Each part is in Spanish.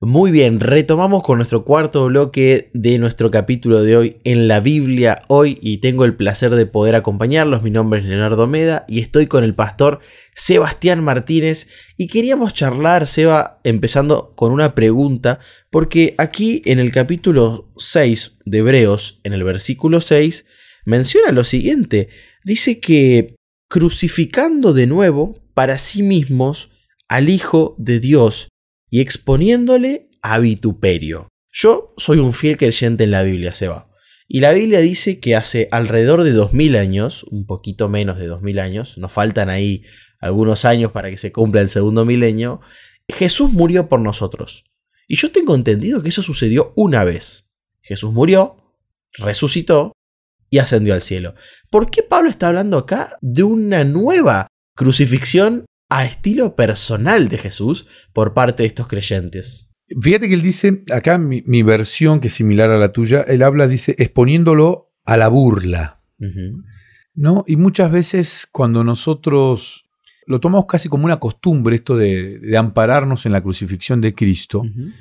Muy bien, retomamos con nuestro cuarto bloque de nuestro capítulo de hoy en la Biblia hoy y tengo el placer de poder acompañarlos. Mi nombre es Leonardo Meda y estoy con el pastor Sebastián Martínez y queríamos charlar, Seba, empezando con una pregunta, porque aquí en el capítulo 6 de Hebreos, en el versículo 6, menciona lo siguiente, dice que crucificando de nuevo para sí mismos al Hijo de Dios, y exponiéndole a vituperio. Yo soy un fiel creyente en la Biblia, Seba. Y la Biblia dice que hace alrededor de 2000 años, un poquito menos de 2000 años, nos faltan ahí algunos años para que se cumpla el segundo milenio, Jesús murió por nosotros. Y yo tengo entendido que eso sucedió una vez. Jesús murió, resucitó y ascendió al cielo. ¿Por qué Pablo está hablando acá de una nueva crucifixión a estilo personal de Jesús por parte de estos creyentes? Fíjate que él dice, acá mi versión, que es similar a la tuya, él habla, dice, exponiéndolo a la burla. ¿No? Y muchas veces cuando nosotros lo tomamos casi como una costumbre, esto de ampararnos en la crucifixión de Cristo,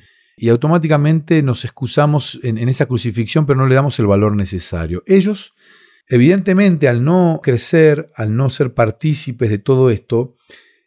y automáticamente nos excusamos en esa crucifixión, pero no le damos el valor necesario. Ellos, evidentemente, al no crecer, al no ser partícipes de todo esto,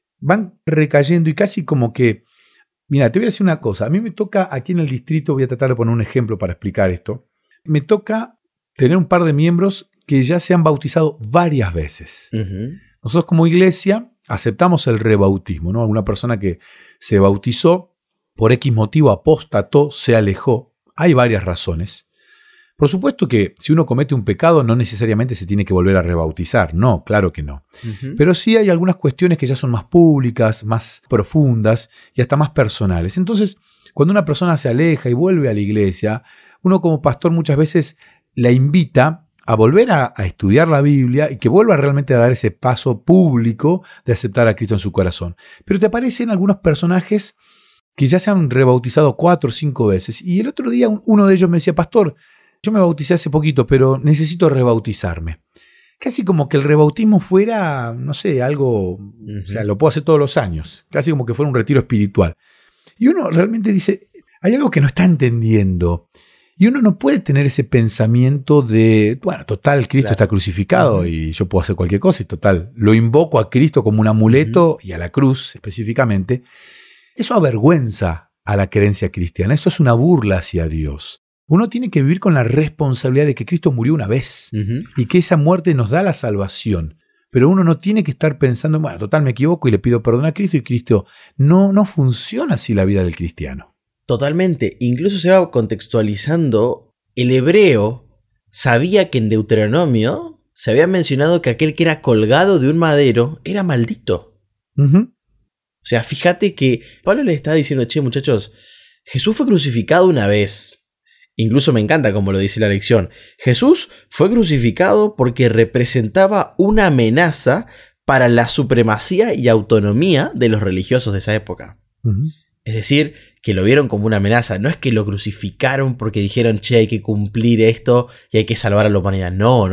van recayendo y casi como que, mira, te voy a decir una cosa, a mí me toca aquí en el distrito, voy a tratar de poner un ejemplo para explicar esto, me toca tener un par de miembros que ya se han bautizado varias veces. Nosotros como iglesia aceptamos el rebautismo, ¿no? Alguna persona que se bautizó, por X motivo apostató, se alejó, hay varias razones. Por supuesto que si uno comete un pecado no necesariamente se tiene que volver a rebautizar, no, claro que no. Pero sí hay algunas cuestiones que ya son más públicas, más profundas y hasta más personales. Entonces, cuando una persona se aleja y vuelve a la iglesia, uno como pastor muchas veces la invita a volver a estudiar la Biblia y que vuelva realmente a dar ese paso público de aceptar a Cristo en su corazón. Pero te aparecen algunos personajes que ya se han rebautizado 4 o 5 veces. Y el otro día uno de ellos me decía, pastor, yo me bauticé hace poquito, pero necesito rebautizarme. Casi como que el rebautismo fuera, no sé, algo, o sea, lo puedo hacer todos los años. Casi como que fuera un retiro espiritual. Y uno realmente dice, hay algo que no está entendiendo. Y uno no puede tener ese pensamiento de, bueno, total, Cristo está crucificado y yo puedo hacer cualquier cosa. Y total, lo invoco a Cristo como un amuleto y a la cruz específicamente. Eso avergüenza a la creencia cristiana. Esto es una burla hacia Dios. Uno tiene que vivir con la responsabilidad de que Cristo murió una vez y que esa muerte nos da la salvación. Pero uno no tiene que estar pensando, bueno, total, me equivoco y le pido perdón a Cristo y Cristo. No funciona así la vida del cristiano. Totalmente. Incluso se va contextualizando. El hebreo sabía que en Deuteronomio se había mencionado que aquel que era colgado de un madero era maldito. O sea, fíjate que Pablo le está diciendo, che, muchachos, Jesús fue crucificado una vez. Incluso me encanta como lo dice la lección. Jesús fue crucificado porque representaba una amenaza para la supremacía y autonomía de los religiosos de esa época. Es decir, que lo vieron como una amenaza. No es que lo crucificaron porque dijeron, che, hay que cumplir esto y hay que salvar a la humanidad. No.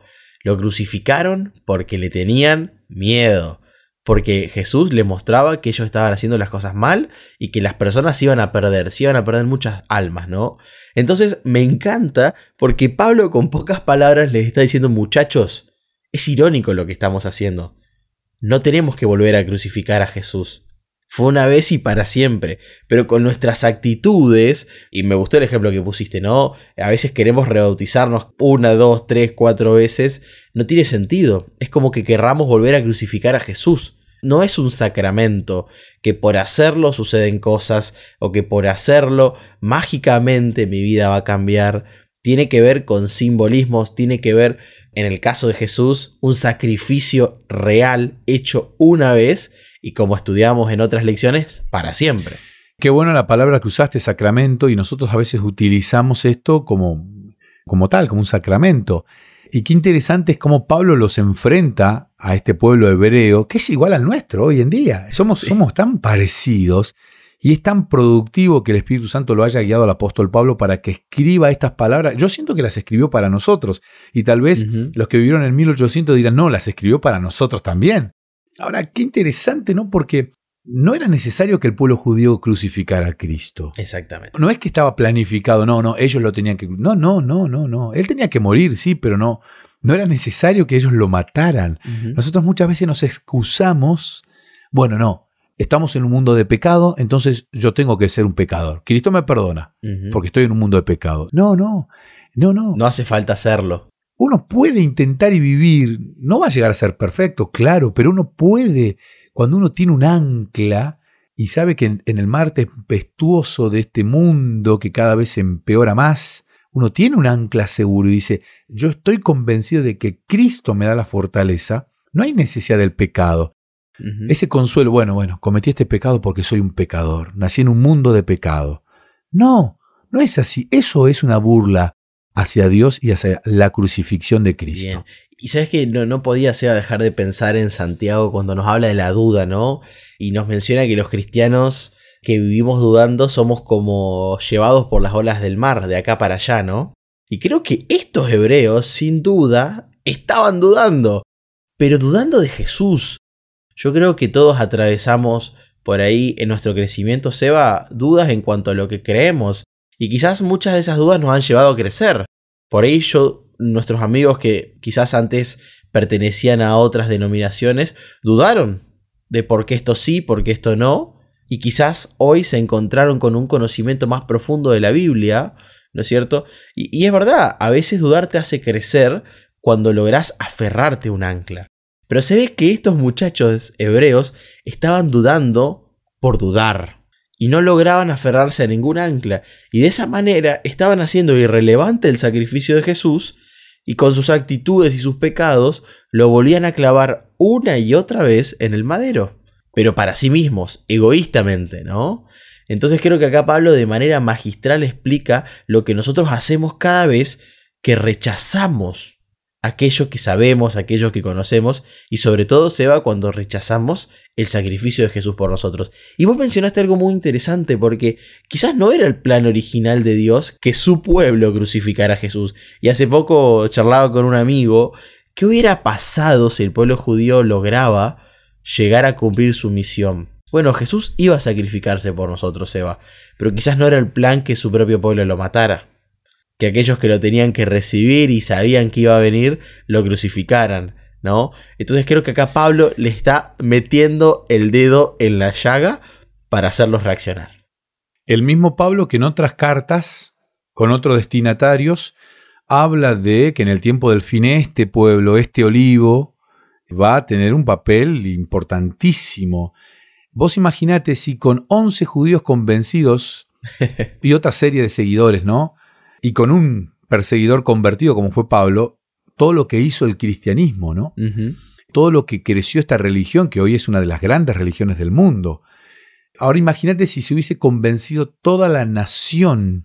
Lo crucificaron porque le tenían miedo. Porque Jesús le mostraba que ellos estaban haciendo las cosas mal y que las personas se iban a perder muchas almas, ¿no? Entonces me encanta porque Pablo con pocas palabras les está diciendo, muchachos, es irónico lo que estamos haciendo. No tenemos que volver a crucificar a Jesús. Fue una vez y para siempre. Pero con nuestras actitudes, y me gustó el ejemplo que pusiste, ¿no? A veces queremos rebautizarnos 1, 2, 3, 4 veces. No tiene sentido. Es como que querramos volver a crucificar a Jesús. No es un sacramento que por hacerlo suceden cosas o que por hacerlo mágicamente mi vida va a cambiar. Tiene que ver con simbolismos, tiene que ver, en el caso de Jesús, un sacrificio real hecho una vez y, como estudiamos en otras lecciones, para siempre. Qué buena la palabra que usaste, sacramento, y nosotros a veces utilizamos esto como tal, como un sacramento. Y qué interesante es cómo Pablo los enfrenta a este pueblo hebreo, que es igual al nuestro hoy en día. Somos tan parecidos y es tan productivo que el Espíritu Santo lo haya guiado al apóstol Pablo para que escriba estas palabras. Yo siento que las escribió para nosotros y tal vez los que vivieron en 1800 dirán, no, las escribió para nosotros también. Ahora, qué interesante, ¿no? Porque no era necesario que el pueblo judío crucificara a Cristo. Exactamente. No es que estaba planificado, no, ellos lo tenían que... No. Él tenía que morir, sí, pero no era necesario que ellos lo mataran. Nosotros muchas veces nos excusamos, bueno, no, estamos en un mundo de pecado, entonces yo tengo que ser un pecador. Cristo me perdona, porque estoy en un mundo de pecado. No. No hace falta hacerlo. Uno puede intentar y vivir, no va a llegar a ser perfecto, claro, pero uno puede... Cuando uno tiene un ancla y sabe que en el mar tempestuoso de este mundo que cada vez se empeora más, uno tiene un ancla seguro y dice, yo estoy convencido de que Cristo me da la fortaleza, no hay necesidad del pecado. Ese consuelo, bueno, cometí este pecado porque soy un pecador, nací en un mundo de pecado. No es así, eso es una burla hacia Dios y hacia la crucifixión de Cristo. Bien. Y sabes que no podía dejar de pensar en Santiago cuando nos habla de la duda, ¿no? Y nos menciona que los cristianos que vivimos dudando somos como llevados por las olas del mar, de acá para allá, ¿no? Y creo que estos hebreos, sin duda, estaban dudando, pero dudando de Jesús. Yo creo que todos atravesamos por ahí en nuestro crecimiento, Seba, dudas en cuanto a lo que creemos. Y quizás muchas de esas dudas nos han llevado a crecer. Por ahí nuestros amigos que quizás antes pertenecían a otras denominaciones, dudaron de por qué esto sí, por qué esto no. Y quizás hoy se encontraron con un conocimiento más profundo de la Biblia, ¿no es cierto? Y es verdad, a veces dudar te hace crecer cuando lográs aferrarte a un ancla. Pero se ve que estos muchachos hebreos estaban dudando por dudar. Y no lograban aferrarse a ningún ancla. Y de esa manera estaban haciendo irrelevante el sacrificio de Jesús. Y con sus actitudes y sus pecados lo volvían a clavar una y otra vez en el madero. Pero para sí mismos, egoístamente, ¿no? Entonces creo que acá Pablo de manera magistral explica lo que nosotros hacemos cada vez que rechazamos aquello que sabemos, aquello que conocemos, y sobre todo, Seba, cuando rechazamos el sacrificio de Jesús por nosotros. Y vos mencionaste algo muy interesante, porque quizás no era el plan original de Dios que su pueblo crucificara a Jesús. Y hace poco charlaba con un amigo, ¿qué hubiera pasado si el pueblo judío lograba llegar a cumplir su misión? Bueno, Jesús iba a sacrificarse por nosotros, Seba, pero quizás no era el plan que su propio pueblo lo matara. Que aquellos que lo tenían que recibir y sabían que iba a venir, lo crucificaran, ¿no? Entonces creo que acá Pablo le está metiendo el dedo en la llaga para hacerlos reaccionar. El mismo Pablo que en otras cartas, con otros destinatarios, habla de que en el tiempo del fin este pueblo, este olivo, va a tener un papel importantísimo. Vos imaginate si con 11 judíos convencidos y otra serie de seguidores, ¿no? Y con un perseguidor convertido como fue Pablo, todo lo que hizo el cristianismo, ¿no? Todo lo que creció esta religión, que hoy es una de las grandes religiones del mundo. Ahora imagínate si se hubiese convencido toda la nación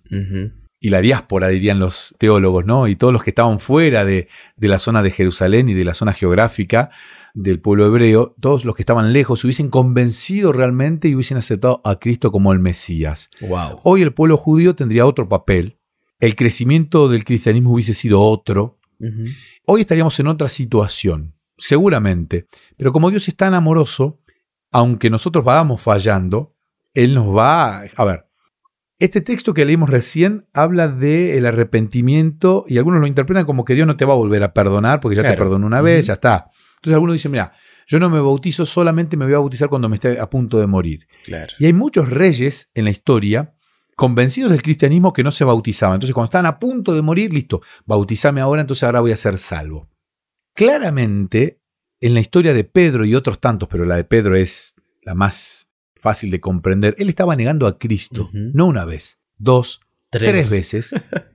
y la diáspora, dirían los teólogos, ¿no? Y todos los que estaban fuera de la zona de Jerusalén y de la zona geográfica del pueblo hebreo, todos los que estaban lejos se hubiesen convencido realmente y hubiesen aceptado a Cristo como el Mesías. Wow. Hoy el pueblo judío tendría otro papel. El crecimiento del cristianismo hubiese sido otro. Hoy estaríamos en otra situación, seguramente. Pero como Dios es tan amoroso, aunque nosotros vayamos fallando, Él nos va a ver. Este texto que leímos recién habla del arrepentimiento y algunos lo interpretan como que Dios no te va a volver a perdonar porque ya te perdonó una vez, ya está. Entonces algunos dicen, mira, yo no me bautizo, solamente me voy a bautizar cuando me esté a punto de morir. Claro. Y hay muchos reyes en la historia convencidos del cristianismo que no se bautizaban. Entonces cuando estaban a punto de morir, listo, bautizame ahora, entonces ahora voy a ser salvo. Claramente, en la historia de Pedro y otros tantos, pero la de Pedro es la más fácil de comprender, él estaba negando a Cristo, no una vez, dos, tres veces.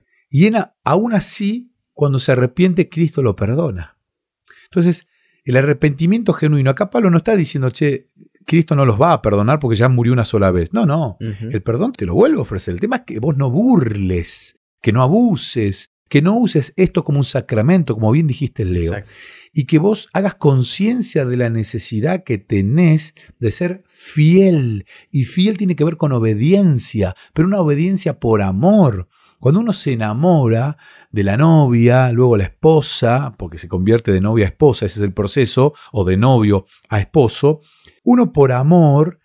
Y aún así, cuando se arrepiente, Cristo lo perdona. Entonces, el arrepentimiento genuino, acá Pablo no está diciendo, che, Cristo no los va a perdonar porque ya murió una sola vez. No. El perdón te lo vuelve a ofrecer. El tema es que vos no burles, que no abuses, que no uses esto como un sacramento, como bien dijiste, Leo. Exacto. Y que vos hagas conciencia de la necesidad que tenés de ser fiel. Y fiel tiene que ver con obediencia, pero una obediencia por amor. Cuando uno se enamora de la novia, luego la esposa, porque se convierte de novia a esposa, ese es el proceso, o de novio a esposo, uno por amor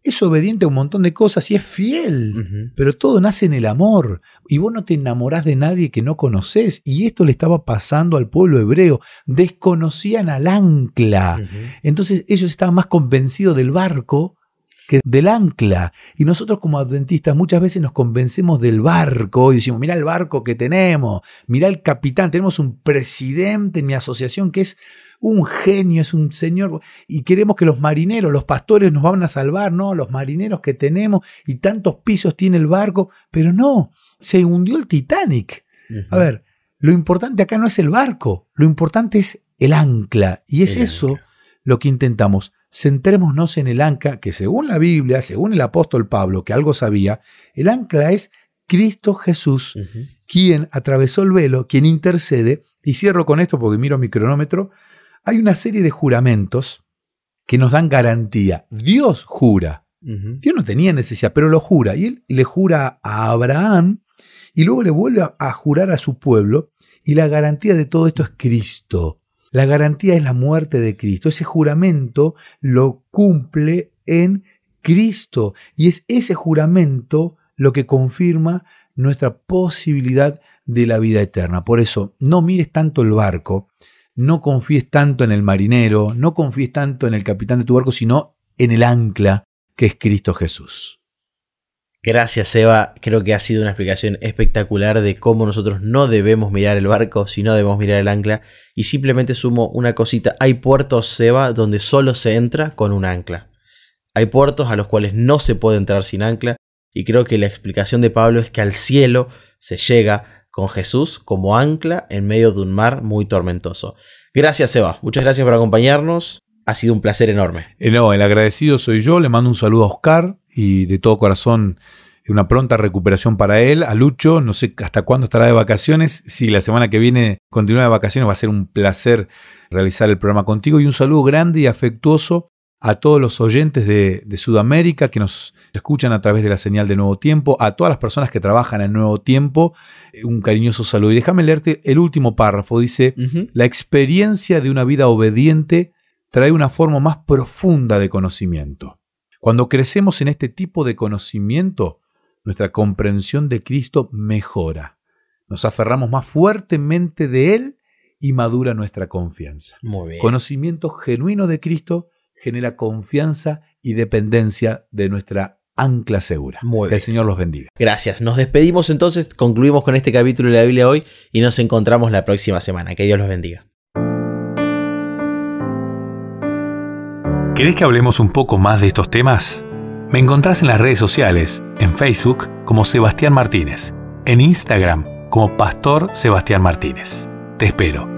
es obediente a un montón de cosas y es fiel, pero todo nace en el amor. Y vos no te enamorás de nadie que no conocés. Y esto le estaba pasando al pueblo hebreo. Desconocían al ancla. Entonces ellos estaban más convencidos del barco que del ancla. Y nosotros como adventistas muchas veces nos convencemos del barco y decimos, mirá el barco que tenemos, mirá el capitán, tenemos un presidente en mi asociación que es un genio, es un señor, y queremos que los marineros, los pastores nos van a salvar, no, los marineros que tenemos y tantos pisos tiene el barco, pero no, se hundió el Titanic. A ver, lo importante acá no es el barco, lo importante es el ancla, y es eso lo que intentamos. Centrémonos en el ancla, que según la Biblia, según el apóstol Pablo, que algo sabía, el ancla es Cristo Jesús, quien atravesó el velo, quien intercede. Y cierro con esto porque miro mi cronómetro. Hay una serie de juramentos que nos dan garantía. Dios jura. Dios no tenía necesidad, pero lo jura. Y él le jura a Abraham y luego le vuelve a jurar a su pueblo. Y la garantía de todo esto es Cristo. La garantía es la muerte de Cristo. Ese juramento lo cumple en Cristo. Y es ese juramento lo que confirma nuestra posibilidad de la vida eterna. Por eso, no mires tanto el barco, no confíes tanto en el marinero, no confíes tanto en el capitán de tu barco, sino en el ancla que es Cristo Jesús. Gracias, Seba. Creo que ha sido una explicación espectacular de cómo nosotros no debemos mirar el barco, sino debemos mirar el ancla. Y simplemente sumo una cosita. Hay puertos, Seba, donde solo se entra con un ancla. Hay puertos a los cuales no se puede entrar sin ancla. Y creo que la explicación de Pablo es que al cielo se llega con Jesús como ancla en medio de un mar muy tormentoso. Gracias, Seba. Muchas gracias por acompañarnos. Ha sido un placer enorme. No, el agradecido soy yo. Le mando un saludo a Oscar y de todo corazón una pronta recuperación para él. A Lucho, no sé hasta cuándo estará de vacaciones. Si la semana que viene continúa de vacaciones, va a ser un placer realizar el programa contigo. Y un saludo grande y afectuoso a todos los oyentes de Sudamérica que nos escuchan a través de la señal de Nuevo Tiempo, a todas las personas que trabajan en Nuevo Tiempo, un cariñoso saludo. Y déjame leerte el último párrafo. Dice, la experiencia de una vida obediente trae una forma más profunda de conocimiento. Cuando crecemos en este tipo de conocimiento, nuestra comprensión de Cristo mejora. Nos aferramos más fuertemente de Él y madura nuestra confianza. Muy bien. Conocimiento genuino de Cristo genera confianza y dependencia de nuestra ancla segura. Muy bien. Que el Señor los bendiga. Gracias. Nos despedimos entonces, concluimos con este capítulo de la Biblia hoy y nos encontramos la próxima semana. Que Dios los bendiga. ¿Querés que hablemos un poco más de estos temas? Me encontrás en las redes sociales, en Facebook como Sebastián Martínez, en Instagram como Pastor Sebastián Martínez. Te espero.